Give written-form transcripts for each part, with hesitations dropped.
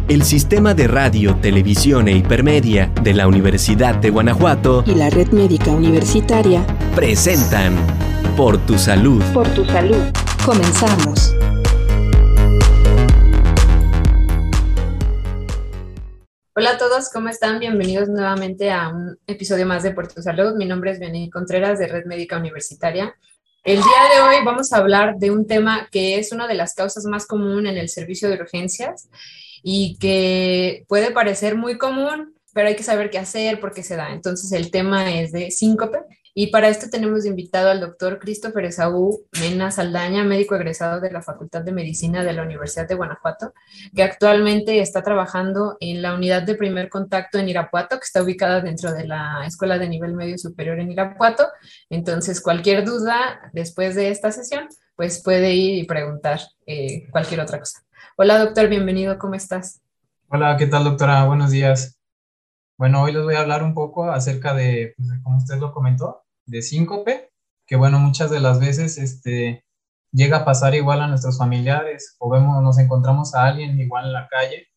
El Sistema de Radio, Televisión e Hipermedia de la Universidad de Guanajuato y la Red Médica Universitaria presentan Por tu Salud. Por tu Salud. Comenzamos. Hola a todos, ¿cómo están? Bienvenidos nuevamente a un episodio más de Por tu Salud. Mi nombre es Vianey Contreras de Red Médica Universitaria. El día de hoy vamos a hablar de un tema que es una de las causas más comunes en el servicio de urgencias y que puede parecer muy común, pero hay que saber qué hacer, por qué se da. Entonces el tema es de síncope y para esto tenemos invitado al doctor Christopher Esaú Mena Saldaña, médico egresado de la Facultad de Medicina de la Universidad de Guanajuato, que actualmente está trabajando en la unidad de primer contacto en Irapuato, que está ubicada dentro de la Escuela de Nivel Medio Superior en Irapuato. Entonces, cualquier duda después de esta sesión, pues puede ir y preguntar cualquier otra cosa. Hola, doctor, bienvenido, ¿cómo estás? Hola, ¿qué tal, doctora? Buenos días. Bueno, hoy les voy a hablar un poco acerca de como usted lo comentó, de síncope, que bueno, muchas de las veces llega a pasar igual a nuestros familiares o nos encontramos a alguien igual en la calle,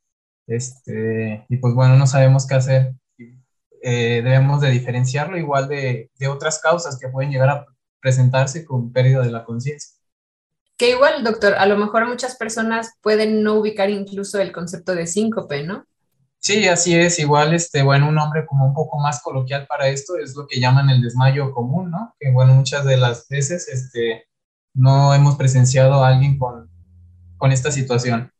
y pues bueno, no sabemos qué hacer. Debemos de diferenciarlo igual de otras causas que pueden llegar a presentarse con pérdida de la conciencia. Que igual, doctor, a lo mejor muchas personas pueden no ubicar incluso el concepto de síncope, ¿no? Sí, así es. Igual, bueno, un nombre como un poco más coloquial para esto es lo que llaman el desmayo común, ¿no? Que, bueno, muchas de las veces, no hemos presenciado a alguien con esta situación.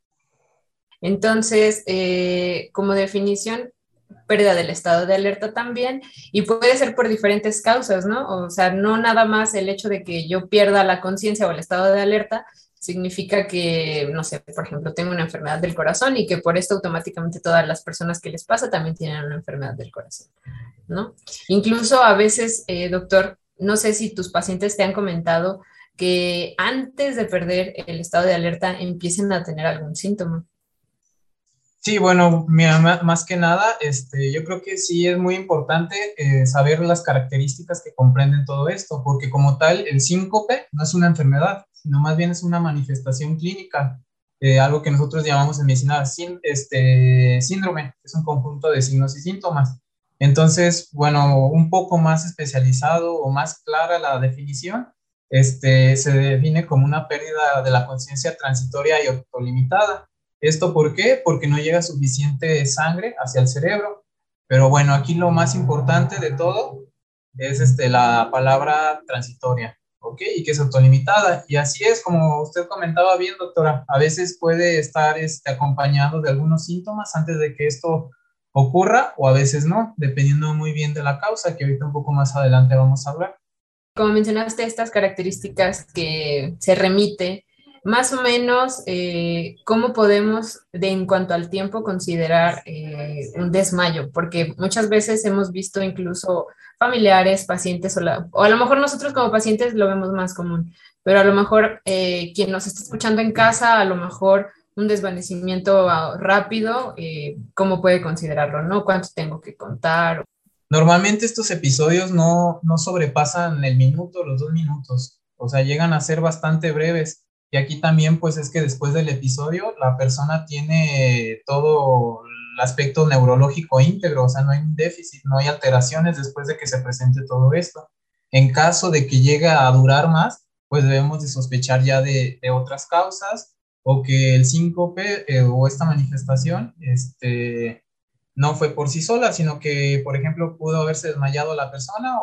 Entonces, como definición, pérdida del estado de alerta también, y puede ser por diferentes causas, ¿no? O sea, no nada más el hecho de que yo pierda la conciencia o el estado de alerta significa que, no sé, por ejemplo, tengo una enfermedad del corazón y que por esto automáticamente todas las personas que les pasa también tienen una enfermedad del corazón, ¿no? Incluso a veces, doctor, no sé si tus pacientes te han comentado que antes de perder el estado de alerta empiecen a tener algún síntoma. Sí, bueno, mira, más que nada, yo creo que sí es muy importante saber las características que comprenden todo esto, porque como tal, el síncope no es una enfermedad, sino más bien es una manifestación clínica, algo que nosotros llamamos en medicina síndrome, que es un conjunto de signos y síntomas. Entonces, bueno, un poco más especializado o más clara la definición, se define como una pérdida de la conciencia transitoria y autolimitada. ¿Esto por qué? Porque no llega suficiente sangre hacia el cerebro. Pero bueno, aquí lo más importante de todo es la palabra transitoria, ¿ok? Y que es autolimitada. Y así es, como usted comentaba bien, doctora, a veces puede estar acompañado de algunos síntomas antes de que esto ocurra o a veces no, dependiendo muy bien de la causa, que ahorita un poco más adelante vamos a hablar. Como mencionaste, estas características que se remite, más o menos, ¿cómo podemos, en cuanto al tiempo, considerar un desmayo? Porque muchas veces hemos visto incluso familiares, pacientes, o a lo mejor nosotros como pacientes lo vemos más común, pero a lo mejor quien nos está escuchando en casa, a lo mejor un desvanecimiento rápido, ¿cómo puede considerarlo, no? ¿Cuánto tengo que contar? Normalmente estos episodios no sobrepasan el minuto, los 2 minutos, o sea, llegan a ser bastante breves. Y aquí también, pues, es que después del episodio, la persona tiene todo el aspecto neurológico íntegro, o sea, no hay un déficit, no hay alteraciones después de que se presente todo esto. En caso de que llegue a durar más, pues debemos de sospechar ya de otras causas o que el síncope o esta manifestación, no fue por sí sola, sino que, por ejemplo, pudo haberse desmayado la persona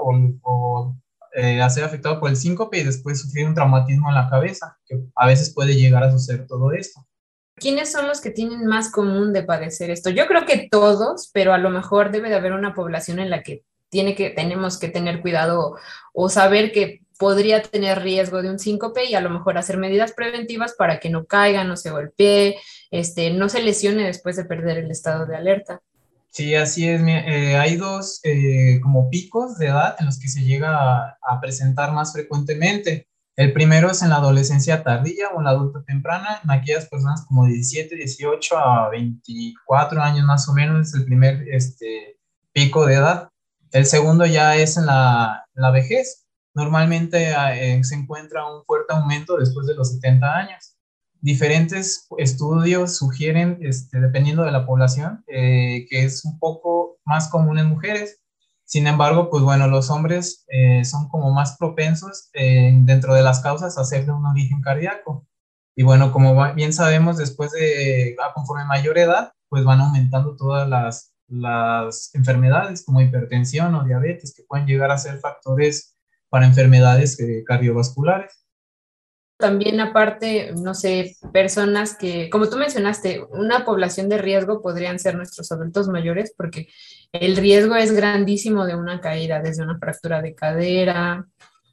o ser afectado por el síncope y después sufrir un traumatismo en la cabeza, que a veces puede llegar a suceder todo esto. ¿Quiénes son los que tienen más común de padecer esto? Yo creo que todos, pero a lo mejor debe de haber una población en la que tenemos que tener cuidado o saber que podría tener riesgo de un síncope y a lo mejor hacer medidas preventivas para que no caiga, no se golpee, no se lesione después de perder el estado de alerta. Sí, así es. Hay dos como picos de edad en los que se llega a presentar más frecuentemente. El primero es en la adolescencia tardía o en la adulta temprana, en aquellas personas como de 17, 18 a 24 años más o menos, es el primer pico de edad. El segundo ya es en la vejez. Normalmente se encuentra un fuerte aumento después de los 70 años. diferentes estudios sugieren, dependiendo de la población, que es un poco más común en mujeres. Sin embargo, pues bueno, los hombres son como más propensos dentro de las causas a ser de un origen cardíaco. Y bueno, como bien sabemos, después de, conforme mayor edad, pues van aumentando todas las enfermedades como hipertensión o diabetes, que pueden llegar a ser factores para enfermedades cardiovasculares. También aparte, no sé, personas que, como tú mencionaste, una población de riesgo podrían ser nuestros adultos mayores, porque el riesgo es grandísimo de una caída, desde una fractura de cadera,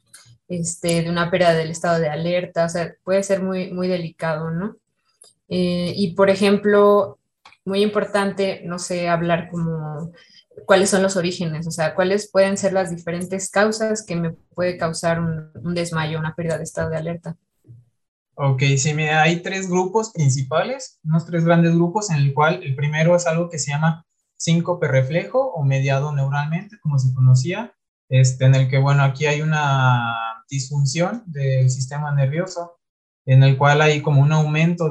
de una pérdida del estado de alerta, o sea, puede ser muy, muy delicado, ¿no? Y por ejemplo, muy importante, no sé, hablar como cuáles son los orígenes, o sea, cuáles pueden ser las diferentes causas que me puede causar un desmayo, una pérdida de estado de alerta. Ok, sí, mira, hay tres grupos principales, unos tres grandes grupos, en el cual el primero es algo que se llama síncope reflejo o mediado neuralmente, como se conocía, en el que, bueno, aquí hay una disfunción del sistema nervioso, en el cual hay como un aumento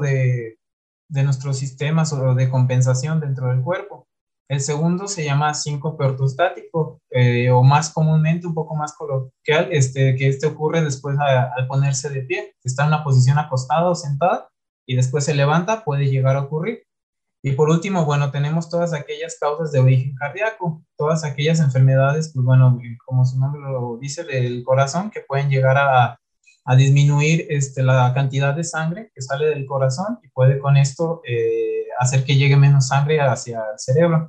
de nuestros sistemas o de compensación dentro del cuerpo. El segundo se llama síncope ortostático, o más comúnmente, un poco más coloquial, que ocurre después al ponerse de pie. Está en una posición acostada o sentada y después se levanta, puede llegar a ocurrir. Y por último, bueno, tenemos todas aquellas causas de origen cardíaco, todas aquellas enfermedades, pues bueno, como su nombre lo dice, del corazón, que pueden llegar a disminuir la cantidad de sangre que sale del corazón y puede con esto hacer que llegue menos sangre hacia el cerebro.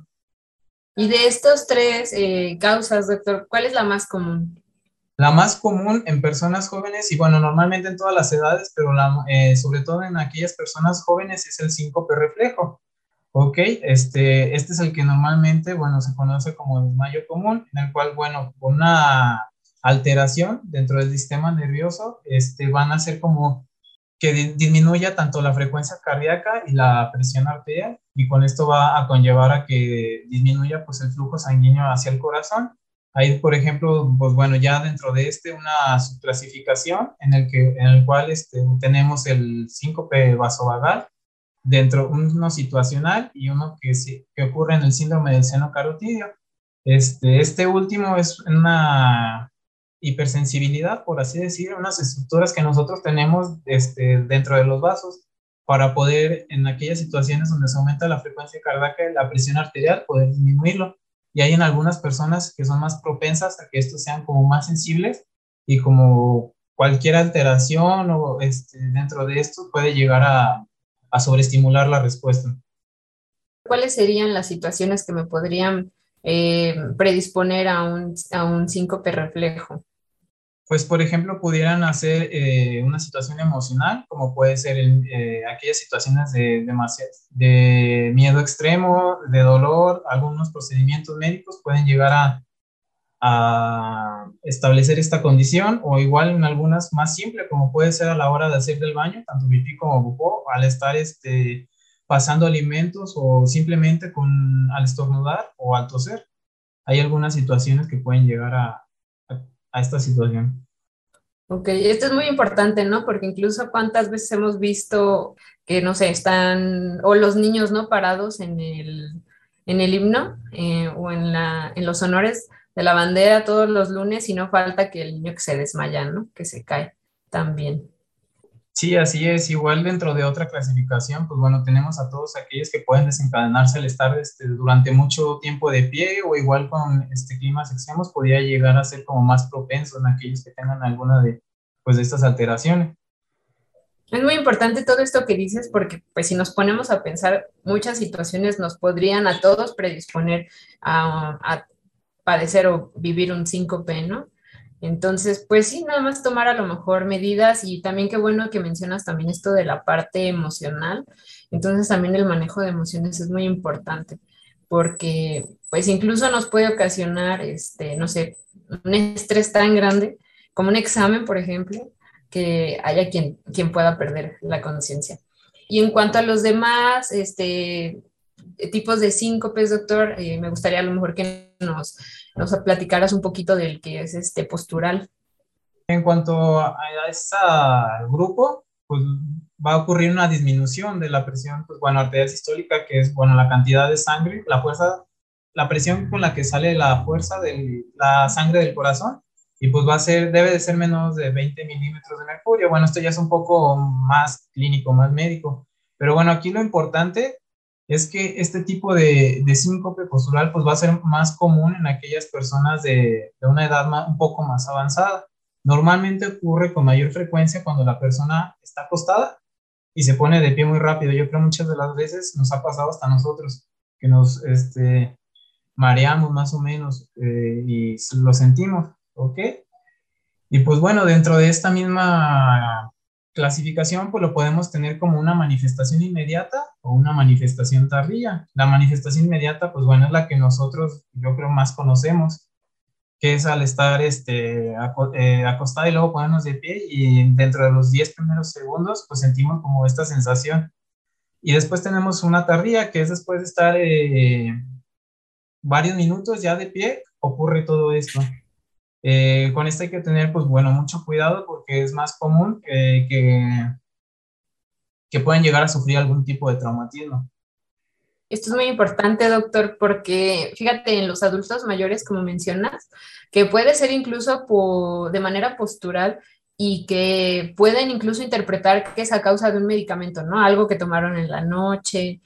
Y de estos tres causas, doctor, ¿cuál es la más común? La más común en personas jóvenes, y bueno, normalmente en todas las edades, pero sobre todo en aquellas personas jóvenes, es el síncope reflejo. Ok, este es el que normalmente, bueno, se conoce como desmayo común, en el cual, bueno, con una alteración dentro del sistema nervioso, van a hacer como que disminuya tanto la frecuencia cardíaca y la presión arterial, y con esto va a conllevar a que disminuya pues el flujo sanguíneo hacia el corazón. Hay, por ejemplo, pues bueno, ya dentro de una subclasificación en el cual tenemos el síncope vasovagal, dentro uno situacional y uno que ocurre en el síndrome del seno carotidio. Este último es una hipersensibilidad, por así decir, unas estructuras que nosotros tenemos dentro de los vasos para poder, en aquellas situaciones donde se aumenta la frecuencia cardíaca y la presión arterial, poder disminuirlo. Y hay en algunas personas que son más propensas a que estos sean como más sensibles, y como cualquier alteración o dentro de esto puede llegar a sobreestimular la respuesta. ¿Cuáles serían las situaciones que me podrían predisponer a un síncope reflejo? Pues, por ejemplo, pudieran hacer una situación emocional, como puede ser aquellas situaciones de miedo extremo, de dolor. Algunos procedimientos médicos pueden llegar a establecer esta condición, o igual en algunas más simple, como puede ser a la hora de hacer del baño, tanto pipí como popó, al estar pasando alimentos, o simplemente al estornudar o al toser. Hay algunas situaciones que pueden llegar a esta situación. Ok, esto es muy importante, ¿no? Porque incluso cuántas veces hemos visto que, no sé, están, o los niños, ¿no? Parados en el himno o en los honores de la bandera todos los lunes, y no falta que el niño que se desmaya, ¿no? Que se cae también. Sí, así es. Igual dentro de otra clasificación, pues bueno, tenemos a todos aquellos que pueden desencadenarse al estar durante mucho tiempo de pie, o igual con climas extremos, podría llegar a ser como más propenso en aquellos que tengan alguna de estas alteraciones. Es muy importante todo esto que dices, porque pues si nos ponemos a pensar, muchas situaciones nos podrían a todos predisponer a padecer o vivir un síncope, ¿no? Entonces, pues sí, nada más tomar a lo mejor medidas, y también qué bueno que mencionas también esto de la parte emocional. Entonces también el manejo de emociones es muy importante, porque pues incluso nos puede ocasionar, no sé, un estrés tan grande como un examen, por ejemplo, que haya quien pueda perder la conciencia. Y en cuanto a los demás, tipos de síncopes, doctor, me gustaría a lo mejor que nos platicaras un poquito del que es postural. En cuanto a ese grupo, pues va a ocurrir una disminución de la presión, pues bueno, arterial sistólica, que es, bueno, la cantidad de sangre, la fuerza, la presión con la que sale la fuerza de la sangre del corazón, y pues debe de ser menos de 20 milímetros de mercurio. Bueno, esto ya es un poco más clínico, más médico, pero bueno, aquí lo importante es que este tipo de síncope postural pues va a ser más común en aquellas personas de una edad un poco más avanzada. Normalmente ocurre con mayor frecuencia cuando la persona está acostada y se pone de pie muy rápido. Yo creo muchas de las veces nos ha pasado hasta a nosotros, que nos mareamos más o menos y lo sentimos, ¿ok? Y pues bueno, dentro de esta misma clasificación, pues lo podemos tener como una manifestación inmediata o una manifestación tardía. La manifestación inmediata, pues bueno, es la que nosotros, yo creo, más conocemos, que es al estar acostado y luego ponernos de pie, y dentro de los 10 primeros segundos, pues sentimos como esta sensación. Y después tenemos una tardía, que es después de estar varios minutos ya de pie, ocurre todo esto. Con esto hay que tener, pues bueno, mucho cuidado, porque es más común que pueden llegar a sufrir algún tipo de traumatismo. Esto es muy importante, doctor, porque fíjate, en los adultos mayores, como mencionas, que puede ser incluso de manera postural y que pueden incluso interpretar que es a causa de un medicamento, ¿no? Algo que tomaron en la noche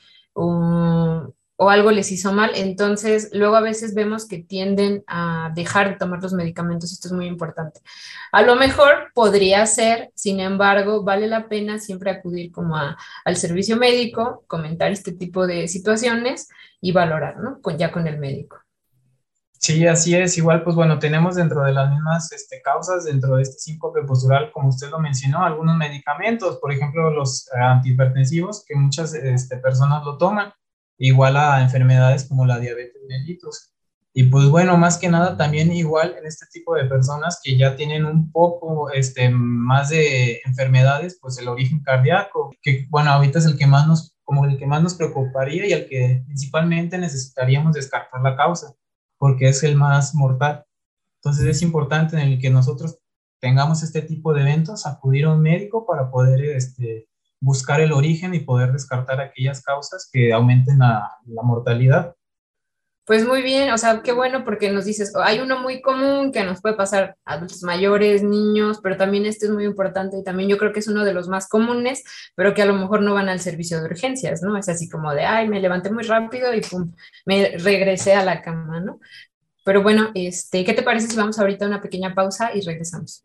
o algo les hizo mal. Entonces, luego a veces vemos que tienden a dejar de tomar los medicamentos. Esto es muy importante. A lo mejor podría ser, sin embargo, vale la pena siempre acudir como al servicio médico, comentar este tipo de situaciones y valorar, ¿no? Ya con el médico. Sí, así es. Igual, pues bueno, tenemos dentro de las mismas causas, dentro de este síncope postural, como usted lo mencionó, algunos medicamentos, por ejemplo, los antihipertensivos, que muchas personas lo toman, igual a enfermedades como la diabetes mellitus. Y pues bueno, más que nada también igual en este tipo de personas que ya tienen un poco más de enfermedades, pues el origen cardíaco, que bueno, ahorita es el que más nos preocuparía y el que principalmente necesitaríamos descartar la causa, porque es el más mortal. Entonces es importante en el que nosotros tengamos este tipo de eventos, acudir a un médico para poder buscar el origen y poder descartar aquellas causas que aumenten la mortalidad. Pues muy bien, o sea, qué bueno, porque nos dices, hay uno muy común que nos puede pasar a adultos mayores, niños, pero también este es muy importante y también yo creo que es uno de los más comunes, pero que a lo mejor no van al servicio de urgencias, ¿no? Es así como de, ay, me levanté muy rápido y pum, me regresé a la cama, ¿no? Pero bueno, ¿qué te parece si vamos ahorita a una pequeña pausa y regresamos?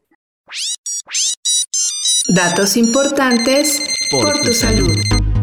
Datos importantes por tu salud.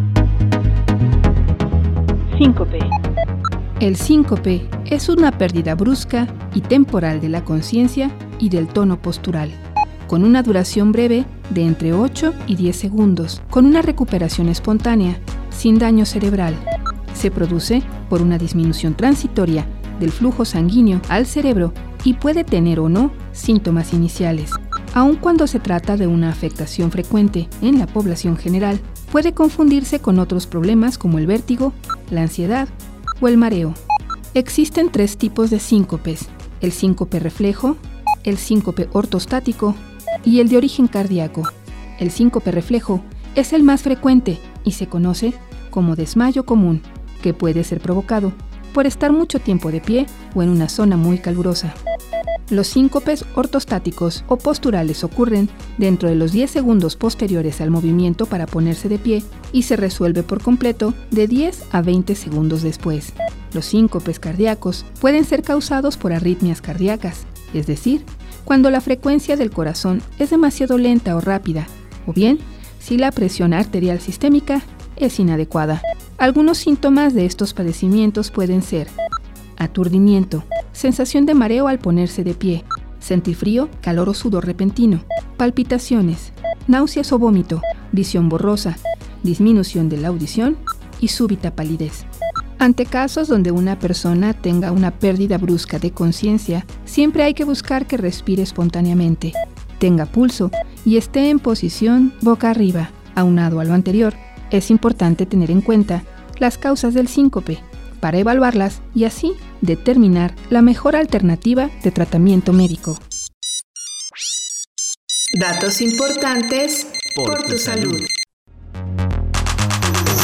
Síncope. El síncope es una pérdida brusca y temporal de la conciencia y del tono postural, con una duración breve de entre 8 y 10 segundos, con una recuperación espontánea, sin daño cerebral. Se produce por una disminución transitoria del flujo sanguíneo al cerebro y puede tener o no síntomas iniciales. Aun cuando se trata de una afectación frecuente en la población general, puede confundirse con otros problemas como el vértigo, la ansiedad o el mareo. Existen 3 tipos de síncopes: el síncope reflejo, el síncope ortostático y el de origen cardíaco. El síncope reflejo es el más frecuente y se conoce como desmayo común, que puede ser provocado por estar mucho tiempo de pie o en una zona muy calurosa. Los síncopes ortostáticos o posturales ocurren dentro de los 10 segundos posteriores al movimiento para ponerse de pie y se resuelve por completo de 10 a 20 segundos después. Los síncopes cardíacos pueden ser causados por arritmias cardíacas, es decir, cuando la frecuencia del corazón es demasiado lenta o rápida, o bien si la presión arterial sistémica es inadecuada. Algunos síntomas de estos padecimientos pueden ser aturdimiento, sensación de mareo al ponerse de pie, sentir frío, calor o sudor repentino, palpitaciones, náuseas o vómito, visión borrosa, disminución de la audición y súbita palidez. Ante casos donde una persona tenga una pérdida brusca de conciencia, siempre hay que buscar que respire espontáneamente, tenga pulso y esté en posición boca arriba. Aunado a lo anterior, es importante tener en cuenta las causas del síncope para evaluarlas y así determinar la mejor alternativa de tratamiento médico. Datos importantes por tu salud.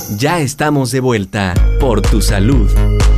Ya estamos de vuelta por tu salud.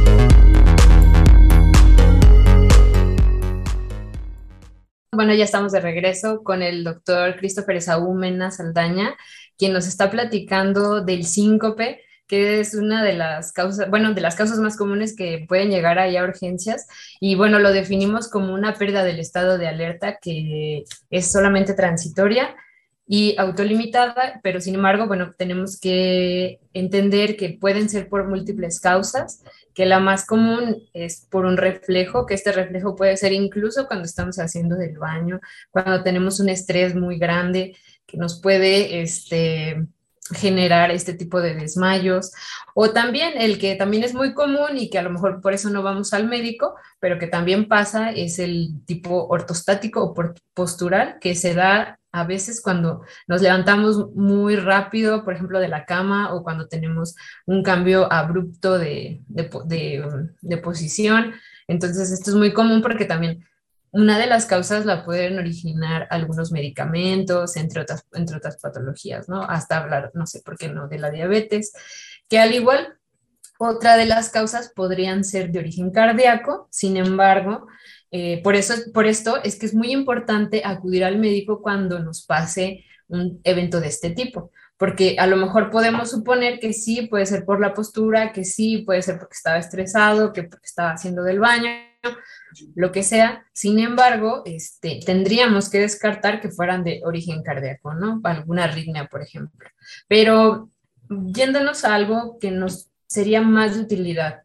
Bueno, ya estamos de regreso con el doctor Christopher Esaú Mena Saldaña, quien nos está platicando del síncope, que es una de las causas, bueno, de las causas más comunes que pueden llegar ahí a urgencias. Y bueno, lo definimos como una pérdida del estado de alerta que es solamente transitoria y autolimitada, pero sin embargo, bueno, tenemos que entender que pueden ser por múltiples causas, que la más común es por un reflejo, que este reflejo puede ser incluso cuando estamos haciendo del baño, cuando tenemos un estrés muy grande que nos puede generar este tipo de desmayos, o también el que también es muy común y que a lo mejor por eso no vamos al médico, pero que también pasa es el tipo ortostático o postural, que se da a veces cuando nos levantamos muy rápido, por ejemplo, de la cama, o cuando tenemos un cambio abrupto de posición. Entonces, esto es muy común porque también una de las causas la pueden originar algunos medicamentos, entre otras patologías, ¿no? Hasta hablar, no sé por qué no, de la diabetes, que al igual, otra de las causas podrían ser de origen cardíaco. Sin embargo, por esto es que es muy importante acudir al médico cuando nos pase un evento de este tipo, porque a lo mejor podemos suponer que sí, puede ser por la postura, que sí, puede ser porque estaba estresado, que porque estaba haciendo del baño, lo que sea. Sin embargo, tendríamos que descartar que fueran de origen cardíaco, ¿no? Alguna arritmia, por ejemplo. Pero yéndonos a algo que nos sería más de utilidad,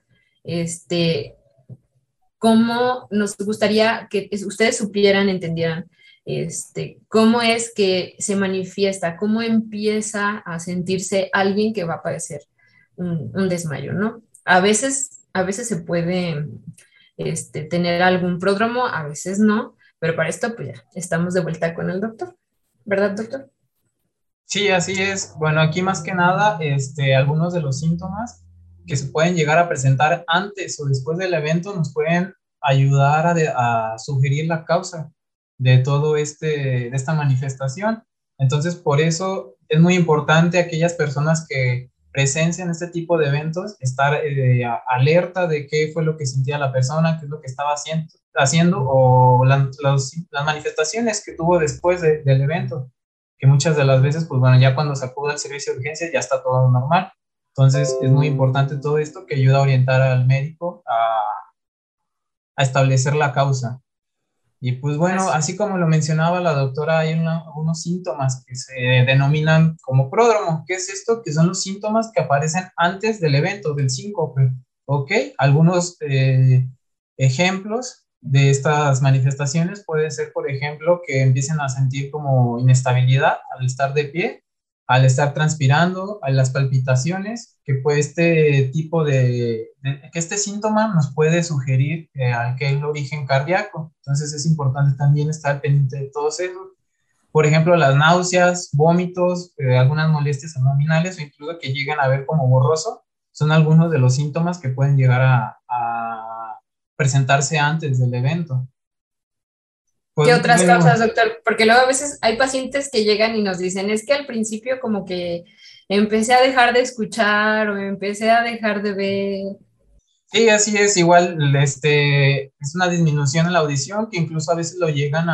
cómo nos gustaría que ustedes supieran, entendieran, cómo es que se manifiesta, cómo empieza a sentirse alguien que va a padecer un desmayo, ¿no? A veces se puede tener algún pródromo, a veces no, pero para esto pues ya estamos de vuelta con el doctor, ¿verdad, doctor? Sí, así es. Bueno, aquí más que nada, algunos de los síntomas que se pueden llegar a presentar antes o después del evento nos pueden ayudar a sugerir la causa de todo de esta manifestación. Entonces, por eso es muy importante aquellas personas que presencian este tipo de eventos, estar alerta de qué fue lo que sentía la persona, qué es lo que estaba haciendo o las manifestaciones que tuvo después del evento, que muchas de las veces, pues bueno, ya cuando se acude al servicio de urgencias ya está todo normal. Entonces, es muy importante todo esto que ayuda a orientar al médico a establecer la causa. Y pues bueno, así como lo mencionaba la doctora, hay unos síntomas que se denominan como pródromo. ¿Qué es esto? Que son los síntomas que aparecen antes del evento, del síncope. ¿Ok? Algunos ejemplos de estas manifestaciones puede ser, por ejemplo, que empiecen a sentir como inestabilidad al estar de pie, al estar transpirando, a las palpitaciones, que pues este tipo que este síntoma nos puede sugerir al que es el origen cardíaco. Entonces es importante también estar pendiente de todos esos. Por ejemplo, las náuseas, vómitos, algunas molestias abdominales o incluso que lleguen a ver como borroso, son algunos de los síntomas que pueden llegar a presentarse antes del evento. ¿Qué otras causas, doctor? Porque luego a veces hay pacientes que llegan y nos dicen, es que al principio como que empecé a dejar de escuchar o empecé a dejar de ver. Sí, así es, igual es una disminución en la audición que incluso a veces lo llegan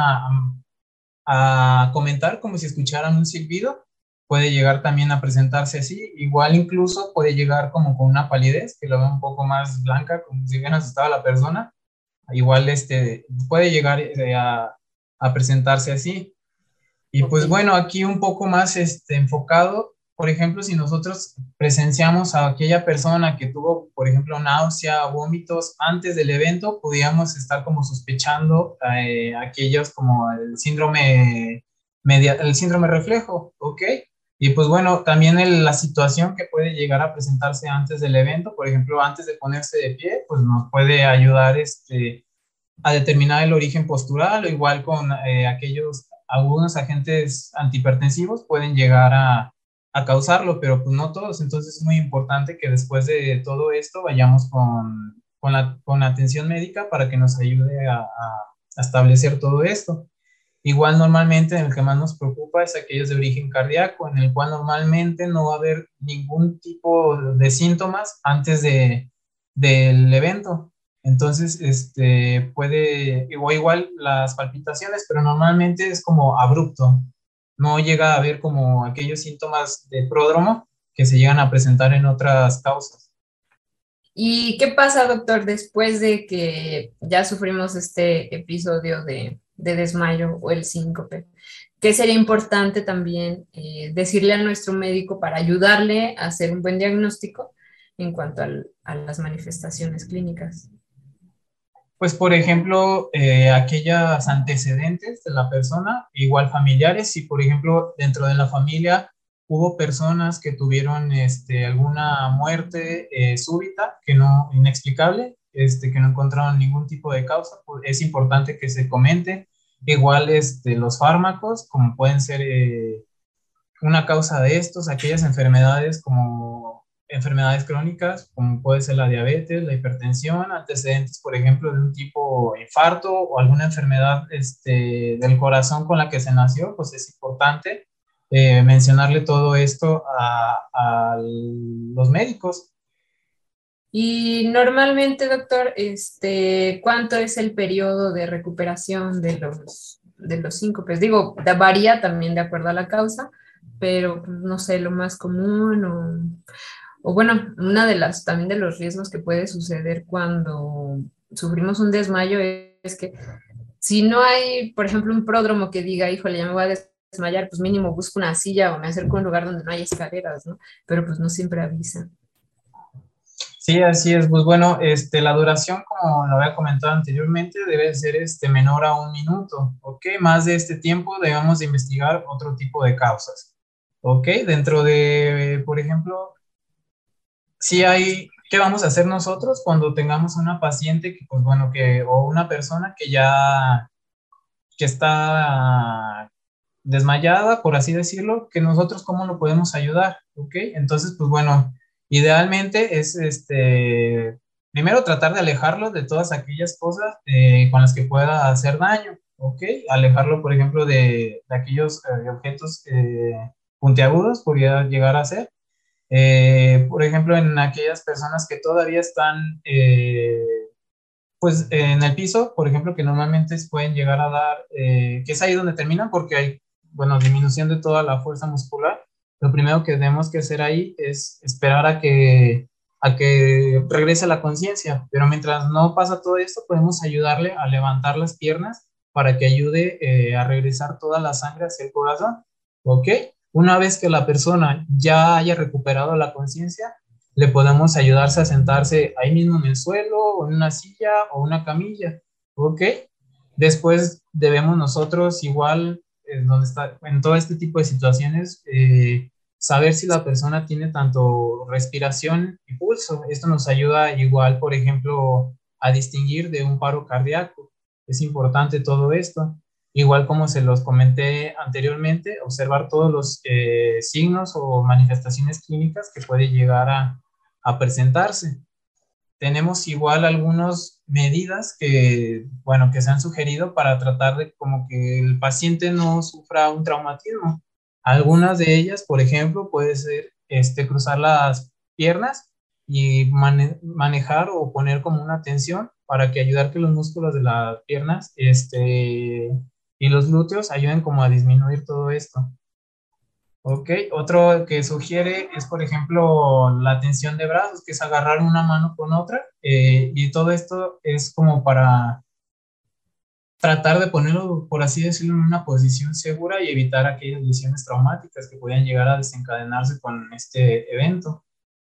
a comentar como si escucharan un silbido. Puede llegar también a presentarse así, igual incluso puede llegar como con una palidez que lo ve un poco más blanca, como si bien asustaba a la persona. Igual puede llegar a presentarse así. Y pues bueno, aquí un poco más enfocado, por ejemplo, si nosotros presenciamos a aquella persona que tuvo, por ejemplo, náusea, vómitos antes del evento, podríamos estar como sospechando aquellos como el síndrome reflejo, ¿ok? Y pues bueno, también la situación que puede llegar a presentarse antes del evento, por ejemplo, antes de ponerse de pie, pues nos puede ayudar a determinar el origen postural, o igual con algunos agentes antihipertensivos pueden llegar a causarlo, pero pues no todos. Entonces es muy importante que después de todo esto vayamos con atención médica para que nos ayude a establecer todo esto. Igual normalmente el que más nos preocupa es aquellos de origen cardíaco, en el cual normalmente no va a haber ningún tipo de síntomas antes del evento. Entonces, o igual las palpitaciones, pero normalmente es como abrupto. No llega a haber como aquellos síntomas de pródromo que se llegan a presentar en otras causas. ¿Y qué pasa, doctor, después de que ya sufrimos este episodio de desmayo o el síncope? ¿Qué sería importante también decirle a nuestro médico para ayudarle a hacer un buen diagnóstico en cuanto a las manifestaciones clínicas? Pues, por ejemplo, aquellos antecedentes de la persona, igual familiares, si por ejemplo dentro de la familia hubo personas que tuvieron alguna muerte súbita, inexplicable, que no encontraron ningún tipo de causa, pues es importante que se comente. Igual los fármacos, como pueden ser una causa de aquellas enfermedades como enfermedades crónicas, como puede ser la diabetes, la hipertensión, antecedentes, por ejemplo, de un tipo infarto o alguna enfermedad del corazón con la que se nació, pues es importante mencionarle todo esto a los médicos. Y normalmente, doctor, ¿cuánto es el periodo de recuperación de los síncopes? Digo, varía también de acuerdo a la causa, pero pues, no sé, lo más común o bueno, una de las también de los riesgos que puede suceder cuando sufrimos un desmayo es que si no hay, por ejemplo, un pródromo que diga, híjole, ya me voy a desmayar, pues mínimo busco una silla o me acerco a un lugar donde no hay escaleras, ¿no? Pero pues no siempre avisa. Sí, así es. Pues bueno, la duración, como lo había comentado anteriormente, debe ser menor a 1 minuto, ¿ok? Más de este tiempo debemos de investigar otro tipo de causas, ¿ok? Dentro de, por ejemplo, ¿qué vamos a hacer nosotros cuando tengamos una paciente pues bueno, o una persona que está desmayada, por así decirlo, que nosotros cómo lo podemos ayudar, ¿ok? Entonces, pues bueno, idealmente es primero tratar de alejarlo de todas aquellas cosas con las que pueda hacer daño, ¿ok? Alejarlo, por ejemplo, de aquellos objetos puntiagudos, podría llegar a ser. Por ejemplo, en aquellas personas que todavía están pues en el piso, por ejemplo, que normalmente pueden llegar a dar, que es ahí donde terminan porque hay, bueno, disminución de toda la fuerza muscular. Lo primero que tenemos que hacer ahí es esperar a que regrese la conciencia, pero mientras no pasa todo esto, podemos ayudarle a levantar las piernas para que ayude a regresar toda la sangre hacia el corazón, ¿ok? Una vez que la persona ya haya recuperado la conciencia, le podemos ayudarse a sentarse ahí mismo en el suelo, o en una silla, o una camilla, ¿ok? Después debemos nosotros igual, en todo este tipo de situaciones, saber si la persona tiene tanto respiración y pulso. Esto nos ayuda igual, por ejemplo, a distinguir de un paro cardíaco. Es importante todo esto. Igual como se los comenté anteriormente, observar todos los signos o manifestaciones clínicas que puede llegar a presentarse. Tenemos igual algunas medidas bueno, que se han sugerido para tratar de como que el paciente no sufra un traumatismo. Algunas de ellas, por ejemplo, puede ser cruzar las piernas y manejar o poner como una tensión para que ayudar que los músculos de las piernas y los glúteos ayuden como a disminuir todo esto. Ok, otro que sugiere es, por ejemplo, la tensión de brazos, que es agarrar una mano con otra, y todo esto es como para tratar de ponerlo, por así decirlo, en una posición segura y evitar aquellas lesiones traumáticas que puedan llegar a desencadenarse con este evento.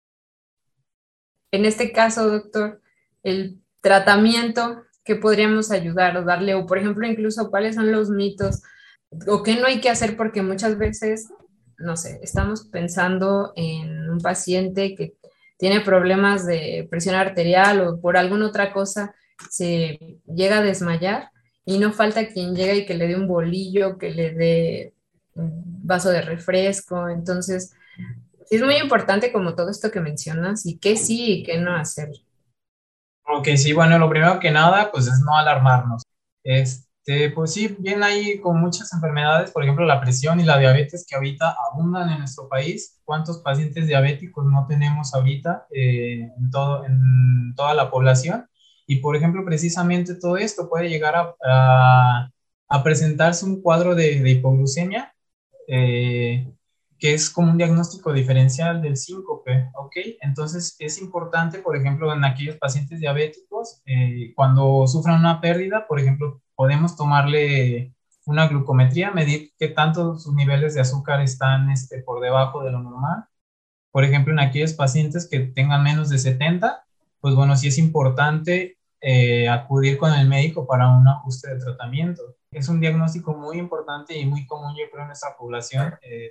En este caso, doctor, el tratamiento que podríamos ayudar o darle, o por ejemplo, incluso cuáles son los mitos o qué no hay que hacer, porque muchas veces, no sé, estamos pensando en un paciente que tiene problemas de presión arterial o por alguna otra cosa se llega a desmayar y no falta quien llega y que le dé un bolillo, que le dé un vaso de refresco. Entonces, es muy importante como todo esto que mencionas y qué sí y qué no hacer. Ok, sí, bueno, lo primero que nada, pues es no alarmarnos. Pues sí, bien hay con muchas enfermedades, por ejemplo, la presión y la diabetes que ahorita abundan en nuestro país. ¿Cuántos pacientes diabéticos no tenemos ahorita en toda la población? Y, por ejemplo, precisamente todo esto puede llegar a presentarse un cuadro de hipoglucemia, eh, que es como un diagnóstico diferencial del síncope, ¿ok? Entonces es importante, por ejemplo, en aquellos pacientes diabéticos, cuando sufran una pérdida, por ejemplo, podemos tomarle una glucometría, medir qué tanto sus niveles de azúcar están por debajo de lo normal. Por ejemplo, en aquellos pacientes que tengan menos de 70, pues bueno, sí es importante acudir con el médico para un ajuste de tratamiento. Es un diagnóstico muy importante y muy común, yo creo, en nuestra población,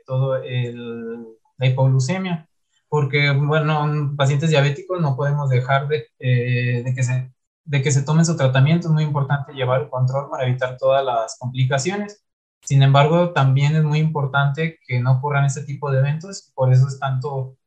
la hipoglucemia, porque, bueno, en pacientes diabéticos no podemos dejar de que se tomen su tratamiento. Es muy importante llevar el control para evitar todas las complicaciones. Sin embargo, también es muy importante que no ocurran este tipo de eventos, por eso es tanto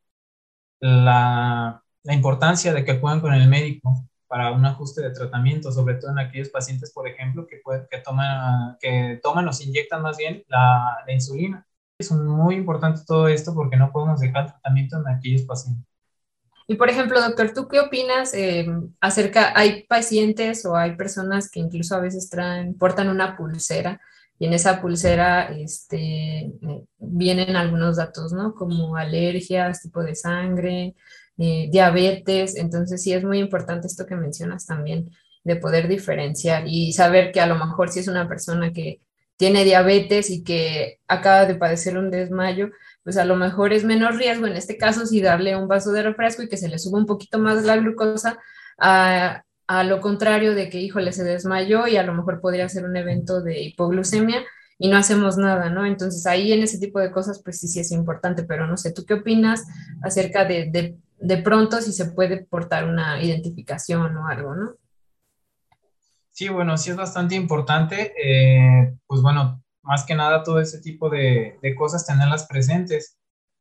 la importancia de que acudan con el médico para un ajuste de tratamiento, sobre todo en aquellos pacientes, por ejemplo, que toman o se inyectan más bien la insulina. Es muy importante todo esto porque no podemos dejar el tratamiento en aquellos pacientes. Y por ejemplo, doctor, ¿tú qué opinas hay pacientes o hay personas que incluso a veces portan una pulsera y en esa pulsera vienen algunos datos, ¿no? Como alergias, tipo de sangre, diabetes? Entonces sí es muy importante esto que mencionas también, de poder diferenciar y saber que a lo mejor si es una persona que tiene diabetes y que acaba de padecer un desmayo, pues a lo mejor es menos riesgo en este caso si darle un vaso de refresco y que se le suba un poquito más la glucosa a lo contrario de que, híjole, se desmayó y a lo mejor podría ser un evento de hipoglucemia y no hacemos nada, ¿no? Entonces ahí en ese tipo de cosas, pues sí es importante, pero no sé, ¿tú qué opinas acerca de pronto si se puede portar una identificación o algo, ¿no? Sí, bueno, sí es bastante importante, pues bueno, más que nada todo ese tipo de cosas tenerlas presentes.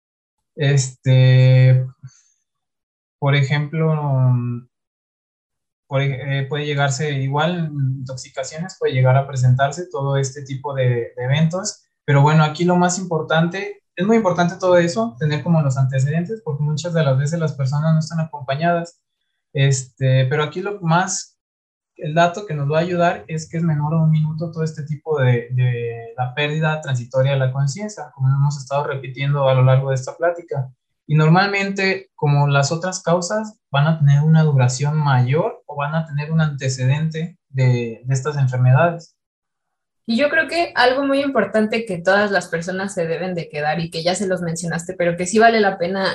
Por ejemplo, puede llegarse, igual intoxicaciones, puede llegar a presentarse todo este tipo de eventos, pero bueno, aquí lo más importante, es muy importante todo eso, tener como los antecedentes, porque muchas de las veces las personas no están acompañadas, pero aquí el dato que nos va a ayudar es que es menor a un minuto todo este tipo de la pérdida transitoria de la conciencia, como hemos estado repitiendo a lo largo de esta plática. Y normalmente, como las otras causas, van a tener una duración mayor o van a tener un antecedente de estas enfermedades. Y yo creo que algo muy importante que todas las personas se deben de quedar y que ya se los mencionaste, pero que sí vale la pena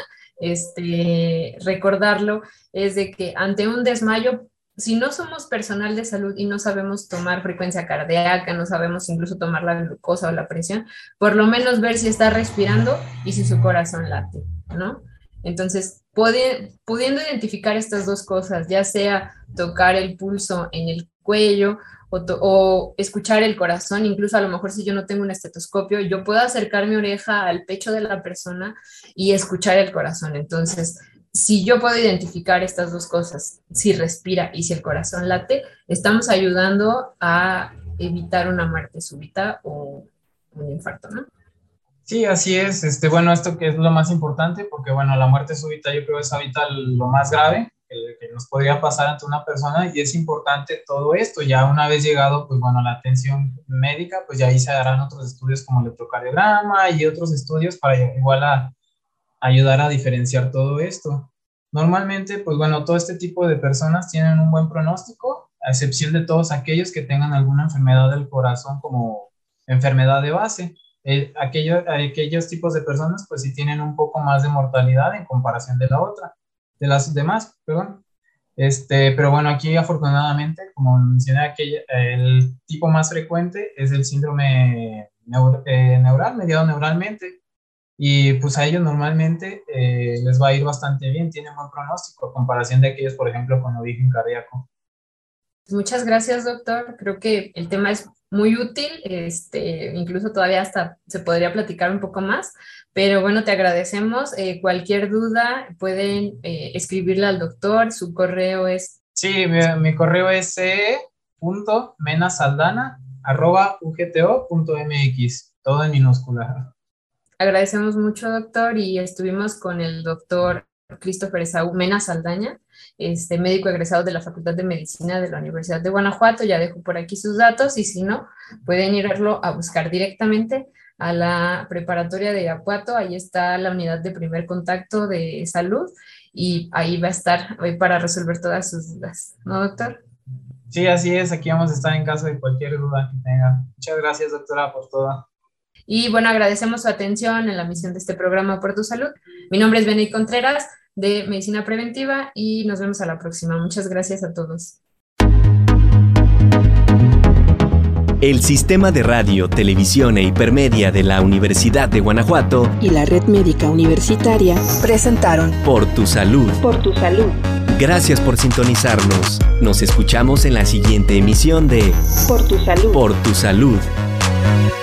recordarlo, es de que ante un desmayo, si no somos personal de salud y no sabemos tomar frecuencia cardíaca, no sabemos incluso tomar la glucosa o la presión, por lo menos ver si está respirando y si su corazón late, ¿no? Entonces, pudiendo identificar estas dos cosas, ya sea tocar el pulso en el cuello o escuchar el corazón, incluso a lo mejor si yo no tengo un estetoscopio, yo puedo acercar mi oreja al pecho de la persona y escuchar el corazón. Entonces, si yo puedo identificar estas dos cosas, si respira y si el corazón late, estamos ayudando a evitar una muerte súbita o un infarto, ¿no? Sí, así es. Bueno, esto que es lo más importante, porque bueno, la muerte súbita yo creo es ahorita lo más grave que nos podría pasar ante una persona y es importante todo esto. Ya una vez llegado, pues bueno, la atención médica, pues ya ahí se harán otros estudios como electrocardiograma y otros estudios para igual ayudar a diferenciar todo esto. Normalmente, pues bueno, todo este tipo de personas tienen un buen pronóstico, a excepción de todos aquellos que tengan alguna enfermedad del corazón como enfermedad de base. Aquellos tipos de personas, pues sí tienen un poco más de mortalidad en comparación de las demás, perdón. Pero bueno, aquí afortunadamente, como mencioné, el tipo más frecuente es el síndrome neural, mediado neuralmente. Y pues a ellos normalmente les va a ir bastante bien, tienen buen pronóstico a comparación de aquellos, por ejemplo, con origen cardíaco. Muchas gracias, doctor. Creo que el tema es muy útil, incluso todavía hasta se podría platicar un poco más, pero bueno, te agradecemos. Cualquier duda pueden escribirle al doctor, su correo es... Sí, mi correo es ce.menasaldana ugto.mx, todo en minúscula. Agradecemos mucho, doctor, y estuvimos con el doctor Christopher Esaú Mena Saldaña, médico egresado de la Facultad de Medicina de la Universidad de Guanajuato. Ya dejo por aquí sus datos y si no, pueden irlo a buscar directamente a la preparatoria de Irapuato. Ahí está la unidad de primer contacto de salud y ahí va a estar hoy para resolver todas sus dudas, ¿no, doctor? Sí, así es, aquí vamos a estar en caso de cualquier duda que tenga. Muchas gracias, doctora, por todo. Y bueno, agradecemos su atención en la emisión de este programa Por Tu Salud. Mi nombre es Benny Contreras, de Medicina Preventiva, y nos vemos a la próxima. Muchas gracias a todos. El Sistema de Radio, Televisión e Hipermedia de la Universidad de Guanajuato y la Red Médica Universitaria presentaron Por Tu Salud. Por Tu Salud. Gracias por sintonizarnos. Nos escuchamos en la siguiente emisión de Por Tu Salud. Por Tu Salud.